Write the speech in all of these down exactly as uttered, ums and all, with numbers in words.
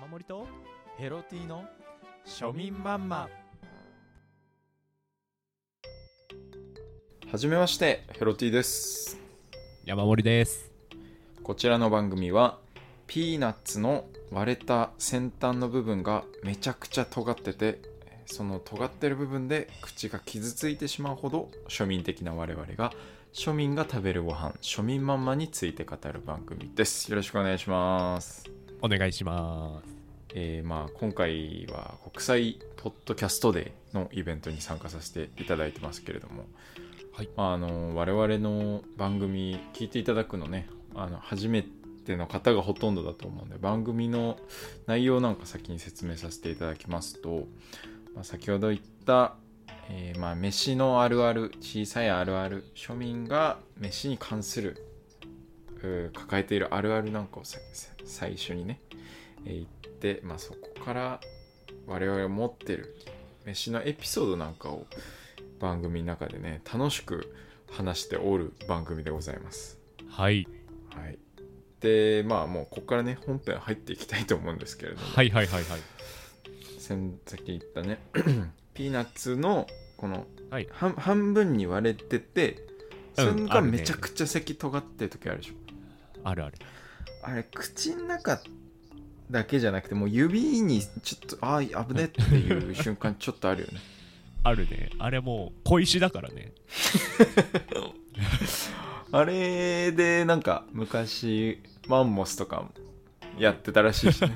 山盛りとヘロティの庶民マンマ。はじめまして、ヘロティです。 山盛りです。 こちらの番組はピーナッツの割れた先端の部分がめちゃくちゃ尖ってて、その尖ってる部分で口が傷ついてしまうほど庶民的な我々が庶民が食べるご飯、庶民マンマについて語る番組です。よろしくお願いします。 お願いします。 えー、まあ今回は国際ポッドキャストデーのイベントに参加させていただいてますけれども、 はい、 あの我々の番組聞いていただくのね、あの初めての方がほとんどだと思うんで、番組の内容なんか先に説明させていただきますと、まあ、先ほど言った、えー、まあ飯のあるある、小さいあるある、庶民が飯に関する抱えているあるあるなんかを最初にね、えー、言って、まあ、そこから我々が持ってる飯のエピソードなんかを番組の中でね楽しく話しておる番組でございます。 はい、 はい、でまあもうここからね本編入っていきたいと思うんですけれども、 はいはいはいはい、 先言ったねピーナッツのこの、 はい、 半, 半分に割れてて、それがめちゃくちゃ先尖ってる時あるでしょ。 あるある。 あれ口の中だけじゃなくてもう指にちょっとあー危ねっていう瞬間ちょっとあるよね。 あるね。あれもう小石だからね。 あれでなんか昔マンモスとかもやってたらしいしね。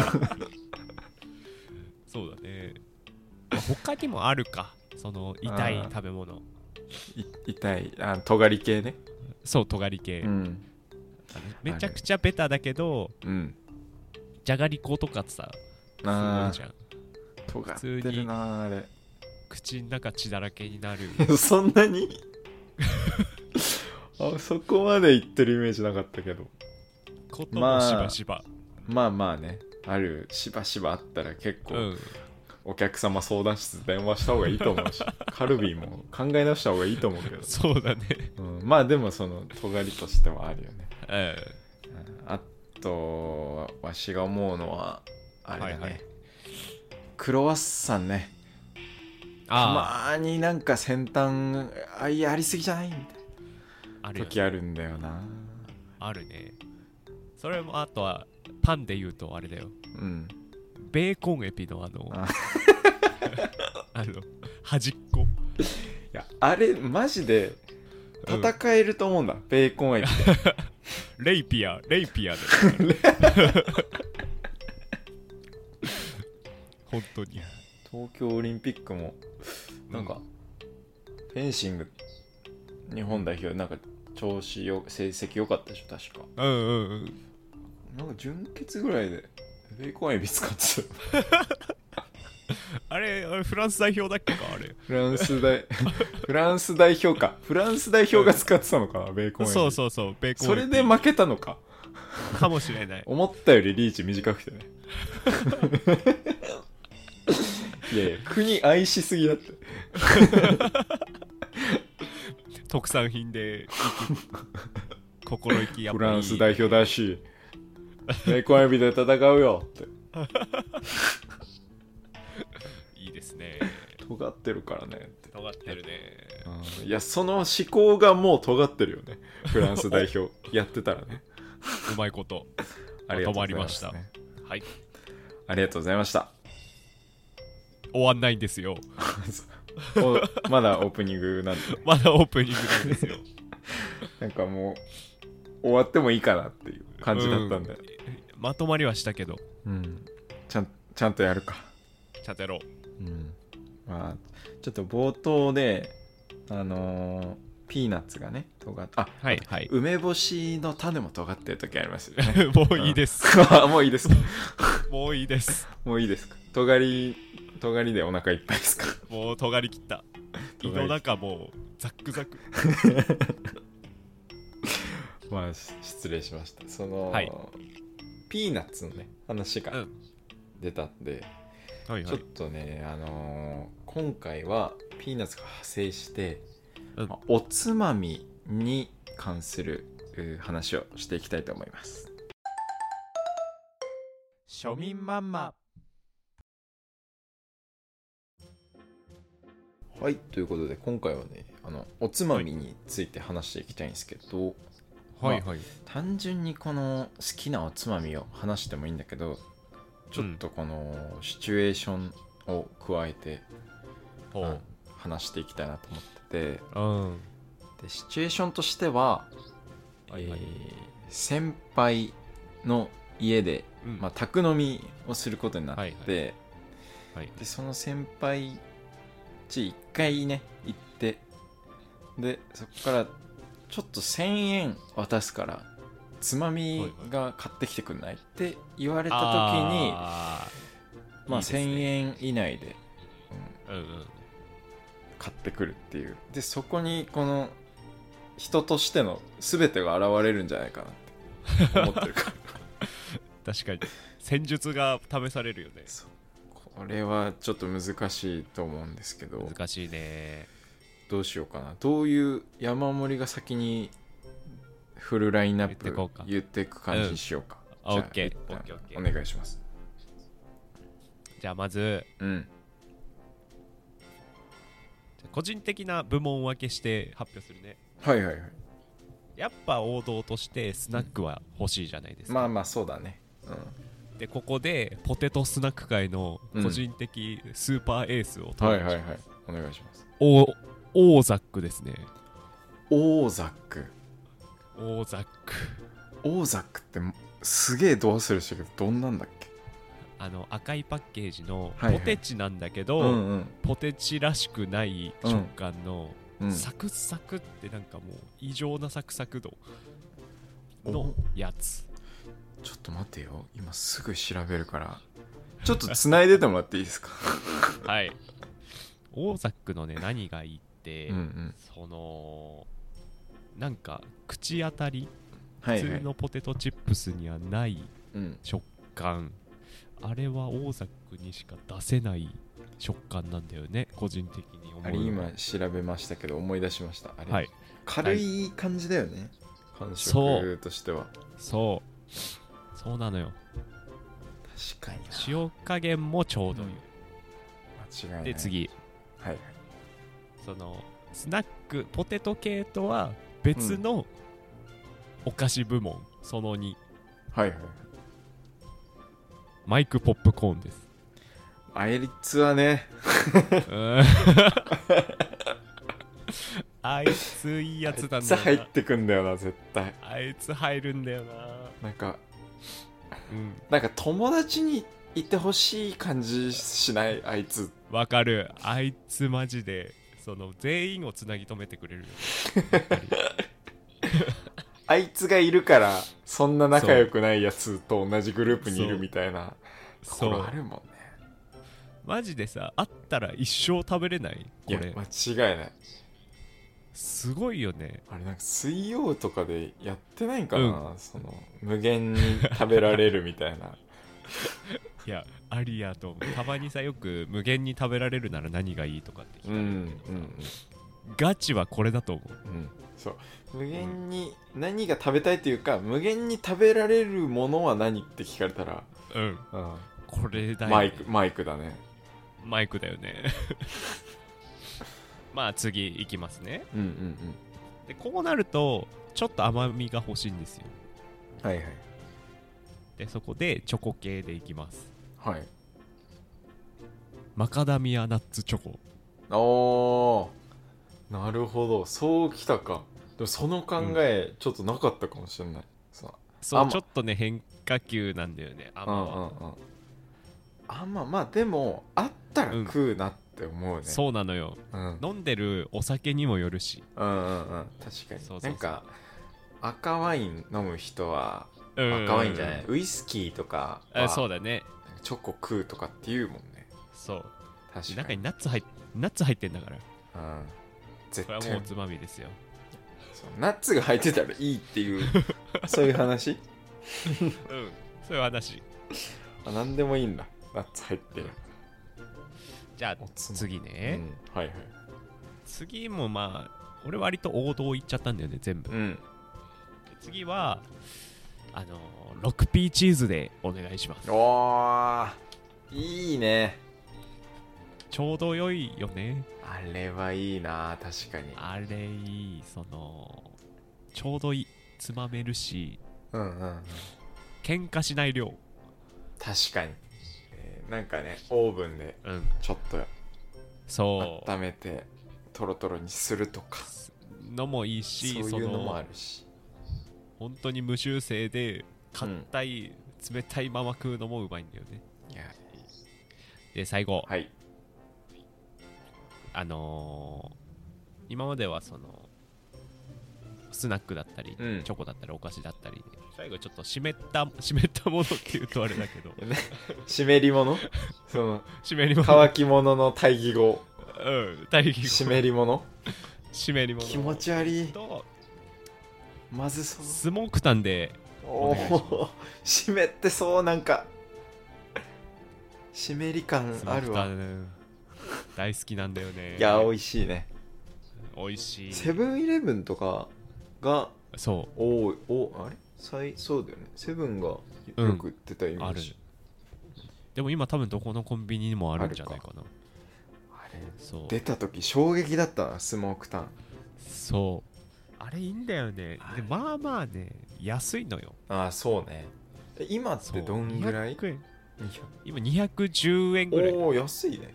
そうだね。他にもあるか、その痛い食べ物。 い痛いあ尖り系ね。 そう、尖り系、うん、めちゃくちゃベタだけど、うん、じゃがりことかってさ、すごいじゃん。 尖ってるなあれ。 口の中血だらけになる。 そんなにあそこまで言ってるイメージなかったけど。 こともしばしば、 まあ、まあまあね、あるしばしばあったら結構、うん、お客様相談室電話した方がいいと思うしカルビーも考え直した方がいいと思うけど。 そうだね、 うん、まあでもその尖りとしてはあるよね。 えー、あとわしが思うのはあれだね、はいはい、クロワッサンね。たまになんか先端あやりすぎじゃないみたいなあるよ、ね、時あるんだよな。 あるね。それもあとはパンで言うとあれだよ、うん、ベーコンエピのあの あ, あの端っこ。 いやあれマジで戦えると思うんだ、うん、ベーコンエピレイピアレイピアで本当に東京オリンピックもなんか、うん、フェンシング日本代表なんか調子よ成績良かったでしょ確か。 うんうんうん。 なんか準決ぐらいでベーコンエビ使ってたあれあれフランス代表だっけか。あれフランス代フランス代表かフランス代表が使ってたのかな、ベーコンエビ。 そうそうそう、ベーコンエビ。 それで負けたのかかもしれない。 思ったよりリーチ短くてねいやいや国愛しすぎだって特産品で心意気やっぱりいい。 フランス代表だしベーコンエビで戦うよっていいですね。 尖ってるからねって。 尖ってるね、 うん、いやその思考がもう尖ってるよね。フランス代表やってたらねうまいことまとまりました。はい、 ありがとうございました。 終わんないんですよまだオープニングなんで、ね、 まだオープニングなんですよなんかもう終わってもいいかなっていう感じだったんで、うん、 まとまりはしたけど、 うん、ちゃん、ちゃんとやるか。 ちゃんとやろう、うん、まあちょっと冒頭であのー、ピーナッツがね尖っあ、 はいはい、 梅干しの種も尖ってる時ありますよねもういいです、 うん、もういいですかもういいですもういいですか。尖り尖りでお腹いっぱいですか。 もう尖りきった胃の中もうザックザクまあ失礼しました。その、 はい、 ピーナッツのね話が出たんで、うんはいはい、ちょっとねあのー、今回はピーナッツが派生して、うんまあ、おつまみに関する話をしていきたいと思います。 庶民マンマ。はい、ということで今回はね、あのおつまみについて話していきたいんですけど、 はいはい、まあ、単純にこの好きなおつまみを話してもいいんだけど、ちょっとこのシチュエーションを加えて、うん、話していきたいなと思ってて、うん、でシチュエーションとしては、はいはい、えー、先輩の家で、うん、まあ、宅飲みをすることになって、はいはいはい、でその先輩家一回ね行って、でそこからちょっとせんえん渡すからつまみが買ってきてくんないって言われた時に、あまあせんえん以内で、うんうんうん、買ってくるっていう。でそこにこの人としての全てが現れるんじゃないかなって思ってるから確かに戦術が試されるよね。 そう、これはちょっと難しいと思うんですけど、 難しいね。 どうしようかな。どういう山盛りが先にフルラインナップ言っていく感じにしようか。 うん、じゃあ OK, OK, OK お願いします。 じゃあまず、うん、個人的な部門分けして発表するね。 はいはいはい。 やっぱ王道としてスナックは欲しいじゃないですか。 まあまあそうだね。 うん、でここでポテトスナック界の個人的スーパーエースを取ります、うん、はいはいはい。お願いします。 おオーザックですね。 オーザック。 オーザック。 オーザックってすげえど忘れしたけどどんなんだっけ。 あの赤いパッケージのポテチなんだけど、はいはい、うんうん、ポテチらしくない食感の、うん、サクサクってなんかもう異常なサクサク度のやつ。 ちょっと待てよ、今すぐ調べるからちょっと繋いでてもらっていいですかはい。オーザックのね何がいいって、うんうん、そのなんか口当たり、はいはい、普通のポテトチップスにはない食感、うん、あれはオーザックにしか出せない食感なんだよね、個人的に思う。 あれ今調べましたけど思い出しました。あれ、はい、軽い感じだよね、はい、感触としては。 そうそうなのよ。 確かにな。 塩加減もちょうどいい、うん、 間違いない。 で次、はいはい、そのスナックポテト系とは別のお菓子部門、うん、そのに、 はいはい、 マイクポップコーンです。 あいつはねあいついいやつなんだよな。 あいつ入ってくんだよな絶対。 あいつ入るんだよな。 なんか、うん、なんか友達にいてほしい感じしない？あいつわかる。あいつマジでその全員をつなぎ止めてくれるよあいつがいるからそんな仲良くないやつと同じグループにいるみたいなところあるもんね。 マジでさ、あったら一生食べれないこれ。いや間違いない。 すごいよね。 あれなんか水曜とかでやってないんかな、うん、その無限に食べられるみたいな。 いやありやと思う。たまにさよく無限に食べられるなら何がいいとかって聞かれるけど、うんうんうん、ガチはこれだと思う、 うん、そう無限に何が食べたいというか、うん、無限に食べられるものは何って聞かれたら、うん、うん、 これだよね。 マイクマイクだね。 マイクだよねまあ次いきますね、うんうんうん、でこうなるとちょっと甘みが欲しいんですよ。 はいはい。 でそこでチョコ系でいきます。 はい。 マカダミアナッツチョコ。 おー、なるほど、そうきたか。でもその考え、うん、ちょっとなかったかもしれない。 そうそうちょっとね変化球なんだよね甘は。うんうんうん、 甘まあでもあったら食うなって思うね、うん、 そうなのよ、うん、飲んでるお酒にもよるし。 うんうんうん、確かに。そうそうそう、なんか赤ワイン飲む人は赤ワインじゃない、ウイスキーとかはそうだね、 チョコ食うとかっていうもんね。 そう確かに中にナッツ入っナッツ入ってんだから、うん、 絶対これはもうおつまみですよ。 そうナッツが入ってたらいいっていうそういう話うんそういう話。 あ、なんでもいいんだナッツ入ってる。 じゃあ次ね、 うん、はいはい。 次もまあ俺割と王道いっちゃったんだよね全部、うん、次はあのろくピー チーズでお願いします。 おー、いいね。 ちょうど良いよね。 あれはいいな、確かに。 あれいい、そのちょうどいい、つまめるし、 うんうんうん、 喧嘩しない量。 確かに、えー、なんかねオーブンでちょっとそう温めてトロトロにするとかのもいいし、 そういうのもあるし、 本当に無修正で硬い、うん、冷たいまま食うのもうまいんだよね。 いや、 で最後、 はい、 あのー、今まではそのスナックだったり、うん、チョコだったりお菓子だったり、最後ちょっと湿った湿ったものっていうとあれだけど湿り物その湿り物乾き物の対義語、 うん、対義語湿り物湿り物気持ち悪いまずそうスモークタンでお願いします。お湿ってそう、なんか湿り感あるわ。 大好きなんだよね。 いや美味しいね。 美味しい。 セブンイレブンとかがそうおおあれ最そうだよね。セブンがよく売ってたイメージ、 うん、でも今多分どこのコンビニにもあるんじゃないかな。 あれそう出た時衝撃だったな、スモークタン。 そうあれいいんだよね。でまあまあね安いのよ。 ああそうね。今ってどんぐらい？にひゃくえん今にひゃくじゅうえんぐらい。 おお安いね。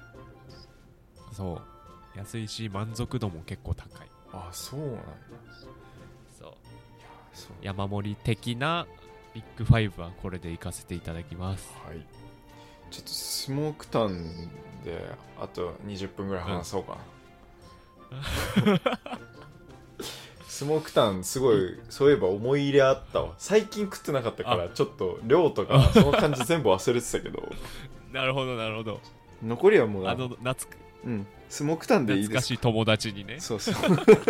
そう安いし満足度も結構高い。 ああそうなんだ。 そう、いやそう山盛り的なビッグファイブはこれで行かせていただきます。 はい、ちょっとスモークタンであとにじゅっぷんぐらい話そうかな、うん、スモークタンすごいそういえば思い入れあったわ。最近食ってなかったからちょっと量とかその感じ全部忘れてたけどなるほどなるほど。 残りはもうあの懐くうん、スモークタンでいいですか。 懐かしい友達にね。 そうそう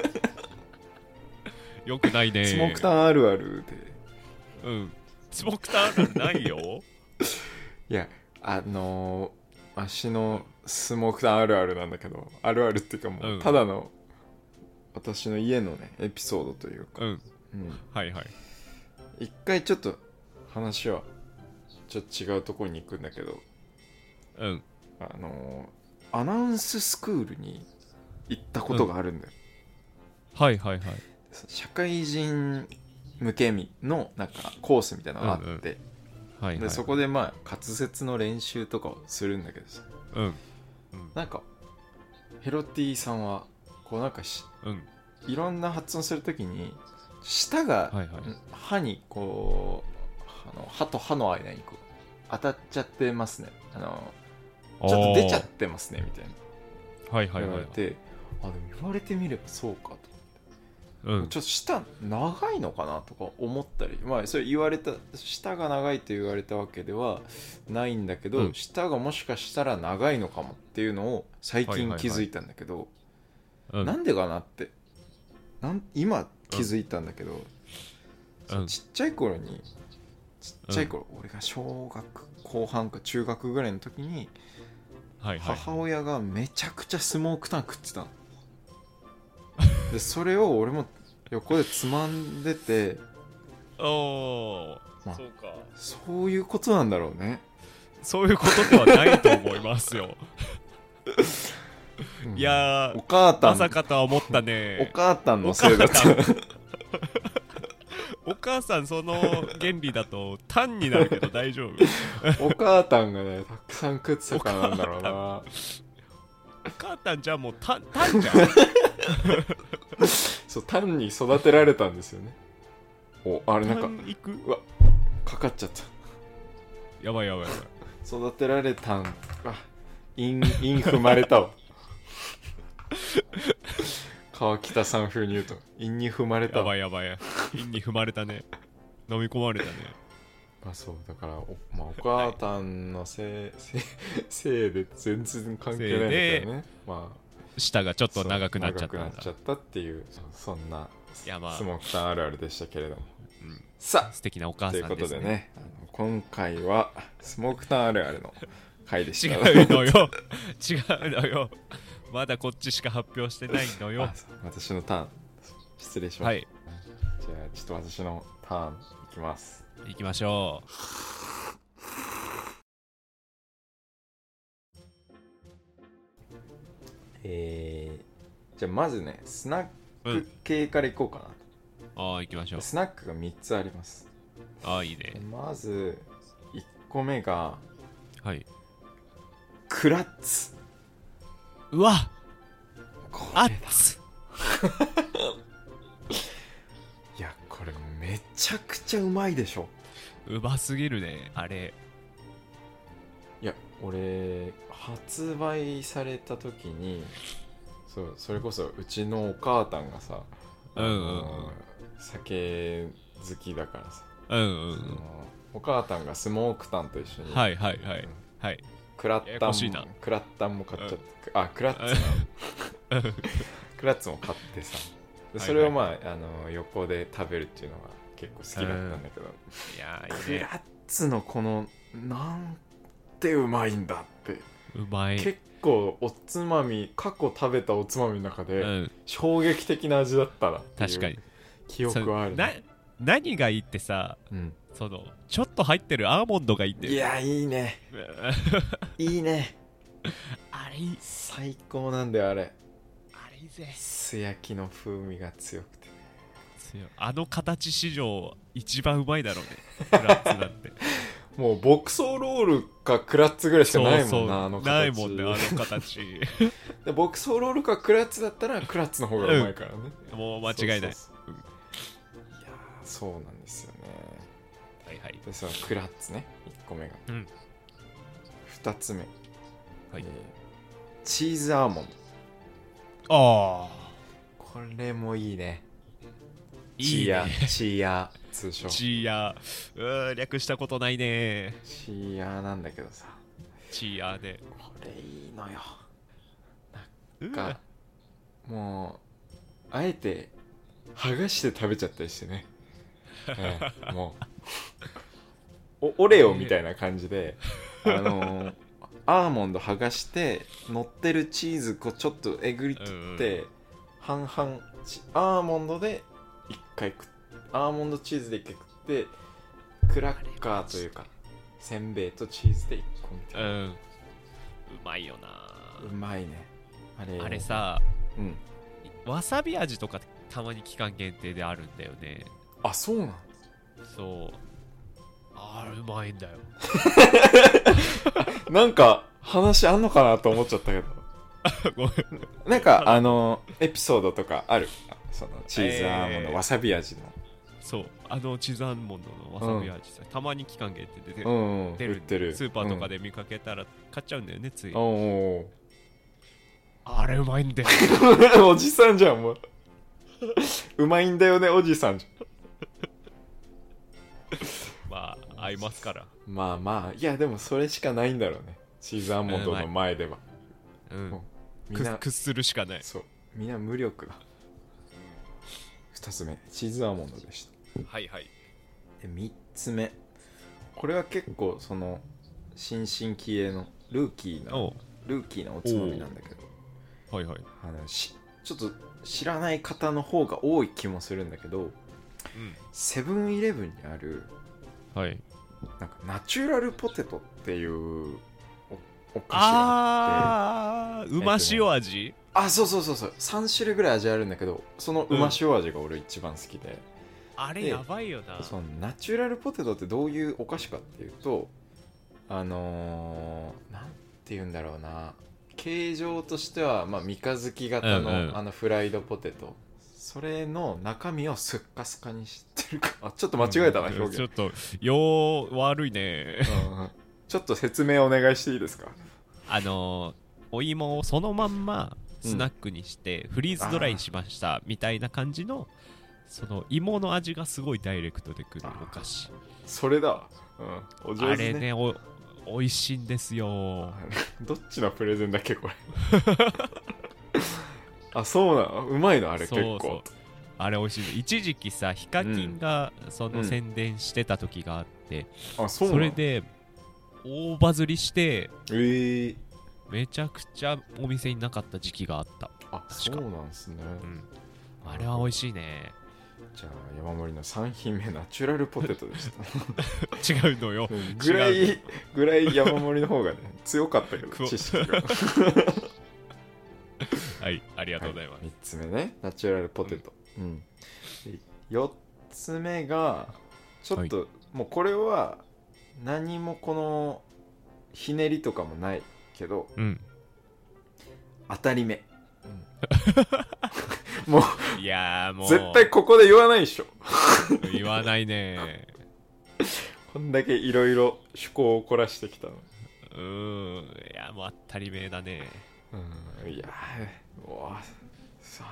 よくないね。 スモークタンあるあるで。 うんスモークタンあるあるないよいやあのー、わしのスモークタンあるあるなんだけど、あるあるっていうかもう、うん、ただの私の家のねエピソードというか、 うん、うん、はいはい。 一回ちょっと話はちょっと違うところに行くんだけど、 うんあのーアナウンススクールに行ったことがあるんだよ、 うん、はいはいはい。 社会人向けのなんかコースみたいなのがあって、うんうんはいはい、でそこでまあ滑舌の練習とかをするんだけどさ、 うんうん、 なんかヘロティさんはこうなんかし、うん、いろんな発音するときに舌が歯にこう、はいはい、あの歯と歯の間にこう当たっちゃってますね。あのちょっと出ちゃってますねみたいな、 はいはいはい、 言われて、あでも言われてみればそうかと思って、 うん、 ちょっと舌長いのかなとか思ったり、まあそれ言われた舌が長いと言われたわけではないんだけど、うん、舌がもしかしたら長いのかもっていうのを最近気づいたんだけど、はいはいはい、なんでかなってなん今気づいたんだけど、うん、ちっちゃい頃にちっちゃい頃、うん、俺が小学後半か中学ぐらいの時にはいはい、母親がめちゃくちゃスモークタン食ってたのでそれを俺も横でつまんでておー、 まあ、 そうかそういうことなんだろうね。 そういうことではないと思いますよ、うん、いやーお母さんまさかとは思ったね。 お母さんのせいだったお母さんその原理だとタンになるけど大丈夫お母さんがねたくさん食ってたからなんだろうな。お母さんじゃあもうタンタンじゃんそうタンに育てられたんですよね。おあれなんかタン行くうわかかっちゃった。 やばいやばいやばい。 育てられたんあインイン踏まれたわ川北さん風に言うと陰に踏まれた。 やばいやばい陰に踏まれたね。飲み込まれたね。 まあそうだから お,、まあ、お母さんのせい、はい、せいで全然関係ないんだけどね。まあ舌がちょっと長くなっちゃったんだ。 長くなっちゃったっていうそんなまあ、 スモークタンあるあるでしたけれども、 うん、 さあ素敵なお母さんですね。 ということでね、あの今回はスモークタンあるあるの回でした。 違うのよ違うのよまだこっちしか発表してないのよ。 私のターン失礼します、 はい、 じゃあちょっと私のターンいきます。 行きましょう。 えー、じゃあまずねスナック系からいこうかな、 うん、ああ行きましょう。 スナックがみっつあります。 ああいいね。 まずいっこめがはいクラッツ。 うわあっついやこれめちゃくちゃうまいでしょ。 うますぎるねあれ。 いや俺発売された時にそうそれこそうちのお母さんがさ、 うんうんうん、 酒好きだからさ、 うんうんうん、 お母さんがスモークタンと一緒にはいはいはい、うん、はいクラッタンクラッタンも買っちゃって、うん、あクラッツなクラッツも買ってさそれをまあ、はいはい、あの横で食べるっていうのが結構好きだったんだけど、 いやいい、ね、 クラッツのこのなんてうまいんだってうまい。 結構おつまみ過去食べたおつまみの中で衝撃的な味だったなっていう記憶はある、ね、 な何がいいってさ、うん、そのちょっと入ってるアーモンドがいいんだよ。 いやいいねいいねあれいい最高なんだよあれ。 あれいいぜ。 素焼きの風味が強くて強い。あの形史上一番うまいだろうねクラッツなんてもう牧草ロールかクラッツぐらいしかないもんな。そうそうあの形ないもんねあの形で牧草ロールかクラッツだったらクラッツの方がうまいからね、 うん、もう間違いない。 そうそうそう、うん、いやそうなんですよね。 はいはい。 でそのクラッツねいっこめが、うん、ふたつめ、はいえー、チーズアーモンド。 ああこれもいいね。 いいねチーヤー通称チーヤー。う略したことないね。 チーヤーなんだけどさチーヤーでこれいいのよ。なんかもうあえて剥がして食べちゃったりしてね、ええ、もう お, オレオみたいな感じで、あのー、アーモンド剥がして乗ってるチーズこうちょっとえぐり取って、うん、半々アーモンドで一回食ってアーモンドチーズで一回食ってクラッカーというかせんべいとチーズで一個みたいな、うん、 うまいよな。 うまいねあれ。 あれさ、 うん、 わさび味とかたまに期間限定であるんだよね。 あ、そうなん。 そうあれうまいんだよなんか話あんのかなと思っちゃったけどごめんなんかあのエピソードとかある。そのチーズアーモンド、えー、わさび味の。 そうあのチーズアーモンドのわさび味さ、うん、たまに期間限定で出てる、 うんうん、 出る売ってるスーパーとかで見かけたら買っちゃうんだよね、うん、つい。 おあれうまいんだよおじさんじゃんもううまいんだよねおじさんじゃんまあ合いますから。 まあまあいやでもそれしかないんだろうねチーズアーモンドの前では。 うん、みんな屈するしかない。 そうみんな無力だ。ふたつめチーズアーモンドでした。 はいはい。 でみっつめこれは結構その新進気鋭のルーキーなルーキーなおつまみなんだけど、 はいはい、 あのしちょっと知らない方の方が多い気もするんだけど、セブンイレブンにある、 はい、 なんかナチュラルポテトっていうお菓子があって、 あー、うま塩味、 あ、そうそうそうそう、さん種類ぐらい味あるんだけど、そのうま塩味が俺一番好きで、 うん、あれやばいよな。 そのナチュラルポテトってどういうお菓子かっていうと、あのー、なんて言うんだろうな、形状としては、まあ、三日月型の、うんうん、あのフライドポテト、それの中身をスッカスカにしてるか、あ、ちょっと間違えたな、うん、表現。 ちょっとよー悪いね、 うん、ちょっと説明お願いしていいですか。 あのー、お芋をそのまんまスナックにしてフリーズドライしましたみたいな感じの、その芋の味がすごいダイレクトでくるお菓子。 それだ、うん、お上手ね。 あれね、お美味しいんですよ。 どっちのプレゼンだっけこれあ、そうなの、うまいのあれ。そうそう、結構あれ美味しい。一時期さヒカキンがその宣伝してた時があって、うん、あ、そうなの。それで大バズりして、 えー、 めちゃくちゃお店になかった時期があった。 あ、そうなんですね、 うん、あれは美味しいね。 じゃあ山盛りのさん品目ナチュラルポテトでした違うのよぐらいぐらい山盛りの方がね強かったけど知識がはいありがとうございます、はい、 みっつめねナチュラルポテト、うんうん、よっつめがちょっと、はい、もうこれは何もこのひねりとかもないけど、うん、当たり目、うん、もういやもう絶対ここで言わないでしょ言わないねこんだけいろいろ趣向を凝らしてきたの。 うーんいやもう当たり前だね。 うんいやもうさ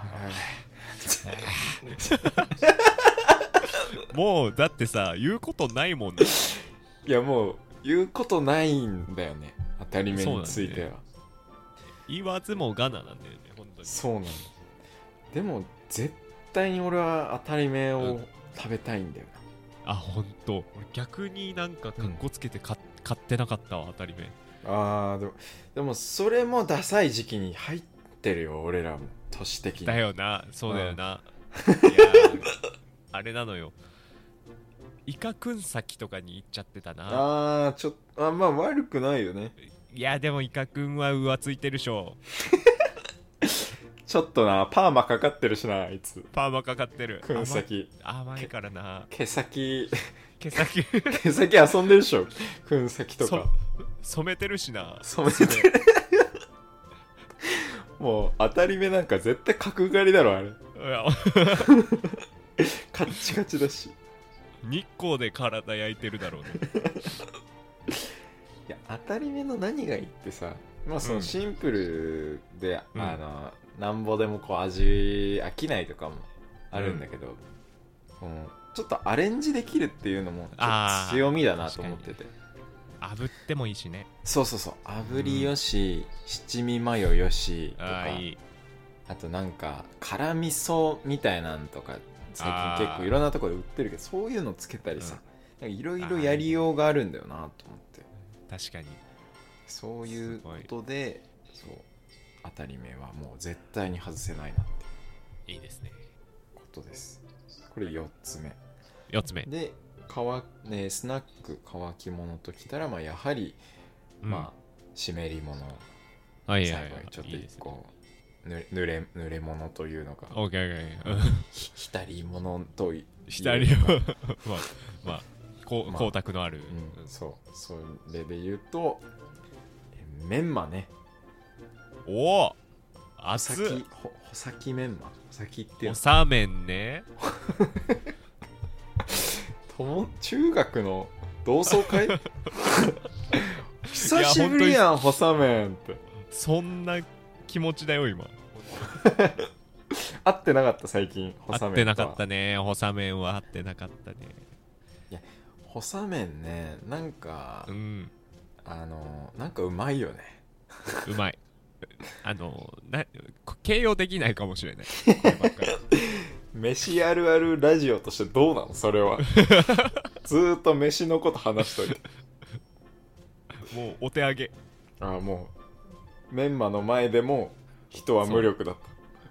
もうだってさ言うことないもんね。 いやもう言うことないんだよね当たり目については、ね、 言わずもがななんだよね本当に。 そうなんだ。でも絶対に俺は当たり目を食べたいんだよな、うん、あ本当俺逆になんかカッコつけて買、うん、買ってなかったわ当たり目。 あーでもでもそれもダサい時期に入ってるよ俺らも年的に。 だよなそうだよな、うん、いやあれなのよイカくん先とかに行っちゃってたな。 あーちょっとあまあ悪くないよね。 いやでもイカくんは浮ついてるしょちょっとなパーマかかってるしなあいつ。 パーマかかってるくん先甘いからな。 毛先毛先毛先遊んでるでしょくん先とか染めてるしな。 染めてるもう当たり目なんか絶対角刈りだろあれ。いやカッチカチだし日光で体焼いてるだろうねいや当たり目の何がいいってさまあそのシンプルで、うん、あのなんぼでもこう味飽きないとかもあるんだけど、うんうん、ちょっとアレンジできるっていうのもちょっと強みだなと思ってて。 炙ってもいいしね。 そうそうそう炙りよし、うん、七味マヨよしとかあ, いいあとなんか辛味噌みたいなんとか最近結構いろんなところで売ってるけどそういうのつけたりさいろいろやりようがあるんだよなと思って確かにそういうことでそう当たり目はもう絶対に外せないなっていいですねことです。これよっつめよっつめで乾、ね、スナック乾き物ときたらまあやはり、うん、まあ湿り物最後にちょっと一個濡れ濡れ物というのかオッケーオッケー浸り物という浸り物まあまあ光沢のある、 うん、そうそれで言うとメンマね。 おお熱っほさきメンマほさきっていうおさめんねとも中学の同窓会久しぶりやんほさめんってそんな気持ちだよ今会ってなかった最近ほさめん。会ってなかったねほさめんは会ってなかったね。 いやほさめんねなんか、うん、あのなんかうまいよねうまいあのな形容できないかもしれない飯あるあるラジオとしてどうなのそれはずーっと飯のこと話しといてもうお手上げ。 ああもうメンマの前でも人は無力だった。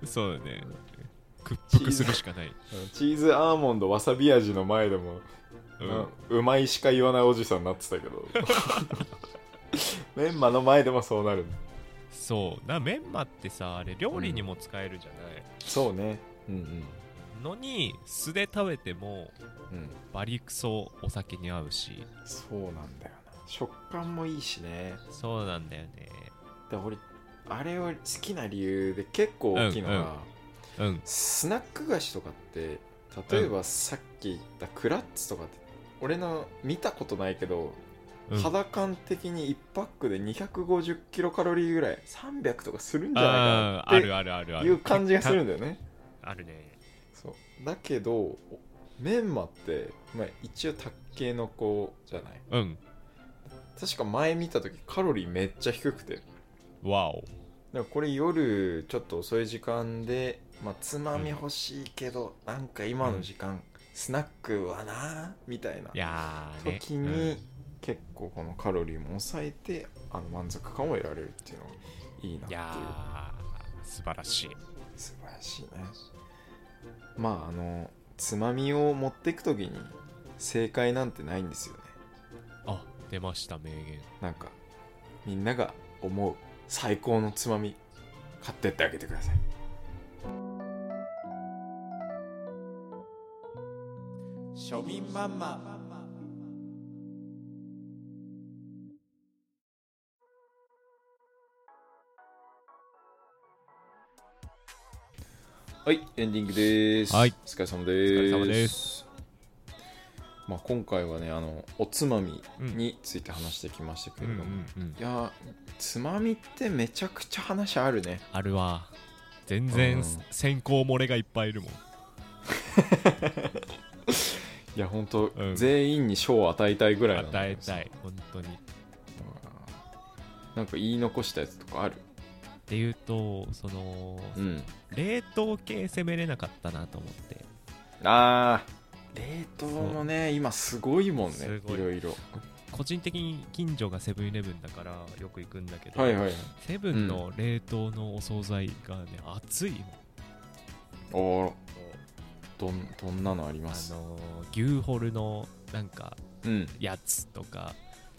そう、そうだね屈服するしかない。 チーズアーモンドわさび味の前でも、うん、うまいしか言わないおじさんになってたけどメンマの前でもそうなる。 そうだメンマってさあれ料理にも使えるじゃない、うん、 そうねうんうんのに素で食べても、うん、バリクソお酒に合うし。 そうなんだよな食感もいいしね。 そうなんだよね。 で俺あれを好きな理由で結構大きいのが、うんうん、スナック菓子とかって例えばさっき言ったクラッツとかって俺の見たことないけど、うん、肌感的にいちパックでにひゃくごじゅうキロカロリーぐらいさんびゃくとかするんじゃないかなってあるあるあるいう感じがするんだよね。 あるね。 そうだけどメンマって、まあ、一応タケノコじゃない、うん、確か前見た時カロリーめっちゃ低くてわおだからこれ夜ちょっと遅い時間で、まあ、つまみ欲しいけど、うん、なんか今の時間、うん、スナックはなみたいな時に、ねうん、結構このカロリーも抑えてあの満足感を得られるっていうのがいいなっていう。いや素晴らしい素晴らしいね。まああのつまみを持っていくときに正解なんてないんですよね。 あ、出ました名言。 なんかみんなが思う最高のつまみ買ってってあげてください。 庶民マンマ。 はい、エンディングです。 はい、 お疲れ様です。 お疲れ様です。 まあ、今回はね、あのおつまみについて話してきましたけれども、うんうんうん、いやつまみってめちゃくちゃ話あるね。 あるわ。全然先行漏れがいっぱいいるもん。 いや本当、うん、全員に賞を与えたいぐらいなんだよ。与えたい本当に。 なんか言い残したやつとかある？ っていうとその、うん、冷凍系攻めれなかったなと思って。 あー冷凍もね今すごいもんね。いろいろ個人的に近所がセブンイレブンだからよく行くんだけど、 はいはい、 セブンの冷凍のお惣菜がね、うん、熱いもん。おどんどんなのあります？ あのー、牛ホルのなんか、うん、やつとか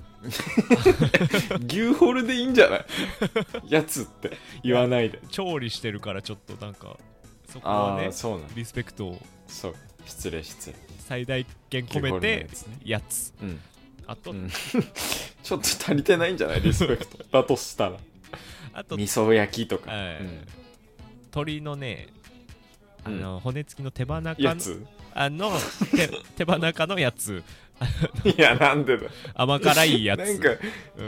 牛ホルでいいんじゃないやつって言わないで。 調理してるからちょっとなんかそこはねそうなんリスペクトを。 そう失礼失礼最大限込めてやつ、うん、あと、うん、 ちょっと足りてないんじゃないリスペクトだとしたらあと味噌焼きとか、えーうん、 鶏のねあの、うん、骨付きの手羽中のやつあの手, 手羽中のやついやなんでだ甘辛いやつなんか、うん、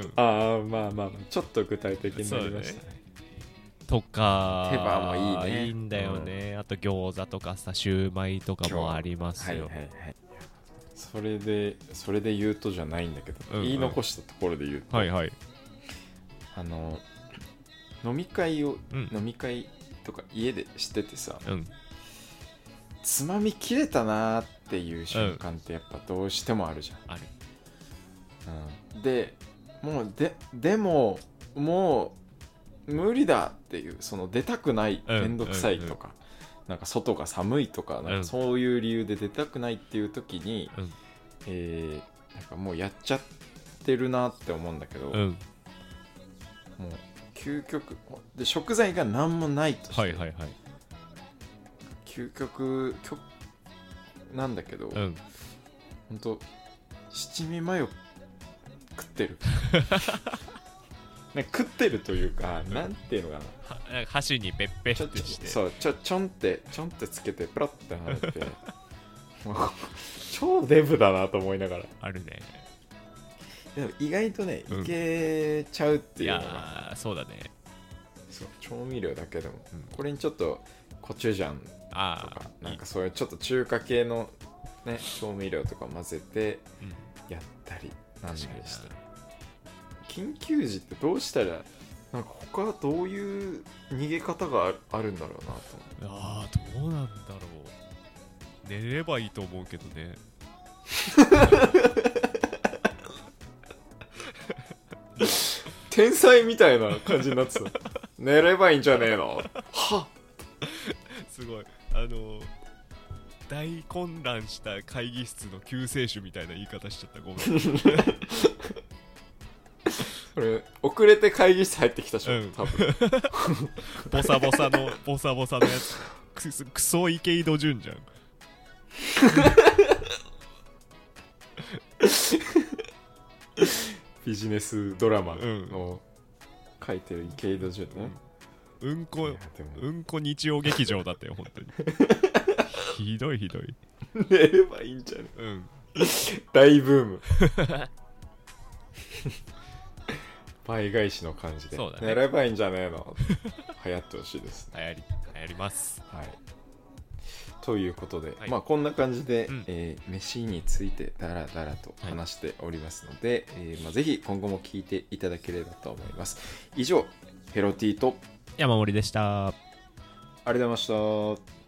ああまあまあちょっと具体的になりましたね。 とか手羽もいいね。 いいんだよね、うん、あと餃子とかさシューマイとかもありますよ。 はいはいはい、それでそれで言うとじゃないんだけど、うんうん、言い残したところで言うと、 はいはい、 あの飲み会を、うん、飲み会とか家でしててさ、うん、つまみ切れたなーっていう瞬間ってやっぱどうしてもあるじゃん。 ある、 うん、でもうででももう無理だっていうその出たくない、めんどくさいとか、うんうんうん、なんか外が寒いとか、なんかそういう理由で出たくないっていう時に、うん、えー、なんかもうやっちゃってるなって思うんだけど、うん、もう究極で食材が何もないとして、はいはいはい、究極なんだけど、うん、ほんと七味マヨ食ってるなんか食ってるというか、うん、なんていうのかな、箸にペッペッてしてそうちょちょんってちょんってつけてプラッて離れて超デブだなと思いながら。 あるね。 でも意外とね、うん、いけちゃうっていうのが、いやそうだね。 そう調味料だけでも、うん、これにちょっとコチュジャンとかなんかそういうちょっと中華系のね調味料とか混ぜてやったりなんだりして、緊急時ってどうしたらなんか他どういう逃げ方があるんだろうなと思って。 ああどうなんだろう。寝ればいいと思うけどね天才みたいな感じになってた寝ればいいんじゃねえのはすごいあの大混乱した会議室の救世主みたいな言い方しちゃった。ごめんこれ遅れて会議室入ってきたしょ、うん、多分ボサボサのボサボサのやつク, クソ池井戸潤じゃんビジネスドラマの書いてる池井戸潤ね、 うん、うんこうんこ日曜劇場だったよ本当にひどいひどい。 寝ればいいんじゃね、うん、大ブーム倍返しの感じで、ね、寝ればいいんじゃねえの流行ってほしいです、 ね、流行り流行ります、 はい、ということで、はい、まあこんな感じで、うんえー、飯についてダラダラと話しておりますので、はいえーまあ、ぜひ今後も聞いていただければと思います。以上ヘロティと山森でした。 ありがとうございました。